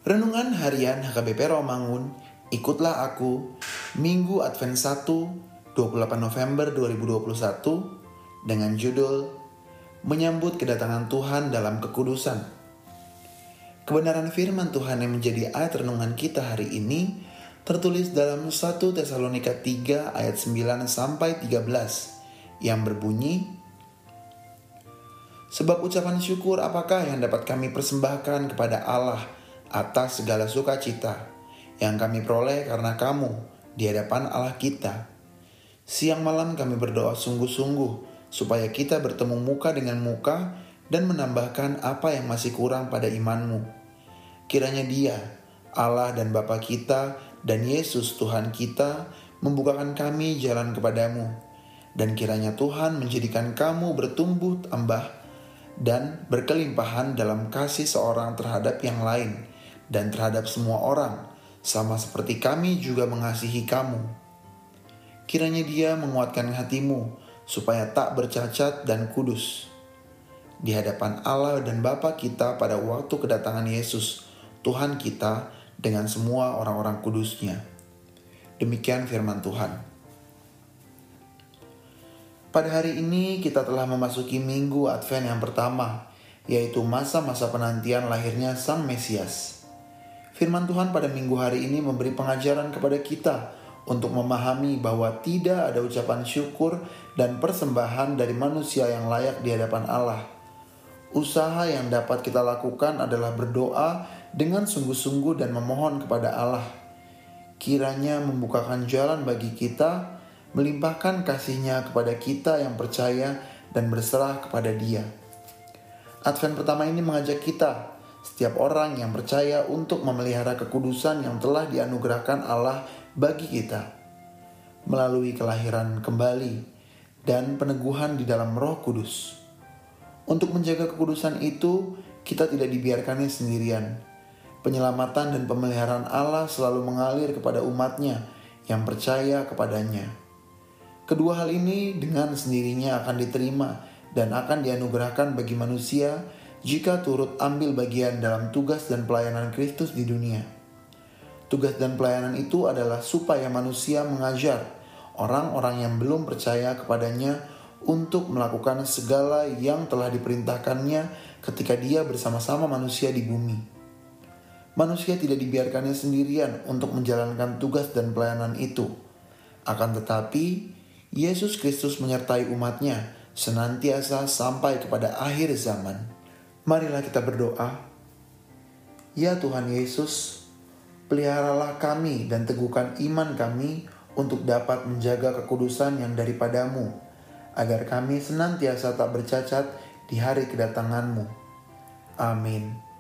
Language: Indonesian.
Renungan Harian HKBP Romangun, ikutlah aku, Minggu Advent 1, 28 November 2021, dengan judul Menyambut Kedatangan Tuhan dalam Kekudusan. Kebenaran firman Tuhan yang menjadi ayat renungan kita hari ini tertulis dalam 1 Tesalonika 3 ayat 9-13 yang berbunyi, sebab ucapan syukur apakah yang dapat kami persembahkan kepada Allah atas segala sukacita yang kami peroleh karena kamu di hadapan Allah kita. Siang malam kami berdoa sungguh-sungguh supaya kita bertemu muka dengan muka dan menambahkan apa yang masih kurang pada imanmu. Kiranya Dia, Allah dan Bapa kita dan Yesus Tuhan kita membukakan kami jalan kepadamu. Dan kiranya Tuhan menjadikan kamu bertumbuh tambah dan berkelimpahan dalam kasih seorang terhadap yang lain dan terhadap semua orang, sama seperti kami juga mengasihi kamu. Kiranya Dia menguatkan hatimu supaya tak bercacat dan kudus di hadapan Allah dan Bapa kita pada waktu kedatangan Yesus Tuhan kita dengan semua orang-orang kudus-Nya. Demikian firman Tuhan. Pada hari ini kita telah memasuki Minggu Advent yang pertama, yaitu masa-masa penantian lahirnya Sang Mesias. Firman Tuhan pada minggu hari ini memberi pengajaran kepada kita untuk memahami bahwa tidak ada ucapan syukur dan persembahan dari manusia yang layak di hadapan Allah. Usaha yang dapat kita lakukan adalah berdoa dengan sungguh-sungguh dan memohon kepada Allah. Kiranya membukakan jalan bagi kita, melimpahkan kasih-Nya kepada kita yang percaya dan berserah kepada Dia. Advent pertama ini mengajak kita, setiap orang yang percaya, untuk memelihara kekudusan yang telah dianugerahkan Allah bagi kita melalui kelahiran kembali dan peneguhan di dalam Roh Kudus. Untuk menjaga kekudusan itu, kita tidak dibiarkannya sendirian. Penyelamatan dan pemeliharaan Allah selalu mengalir kepada umat-Nya yang percaya kepadanya. Kedua hal ini dengan sendirinya akan diterima dan akan dianugerahkan bagi manusia jika turut ambil bagian dalam tugas dan pelayanan Kristus di dunia. Tugas dan pelayanan itu adalah supaya manusia mengajar orang-orang yang belum percaya kepadanya untuk melakukan segala yang telah diperintahkannya ketika Dia bersama-sama manusia di bumi. Manusia tidak dibiarkannya sendirian untuk menjalankan tugas dan pelayanan itu. Akan tetapi, Yesus Kristus menyertai umat-Nya senantiasa sampai kepada akhir zaman. Marilah kita berdoa. Ya Tuhan Yesus, peliharalah kami dan teguhkan iman kami untuk dapat menjaga kekudusan yang daripada-Mu, agar kami senantiasa tak bercacat di hari kedatangan-Mu. Amin.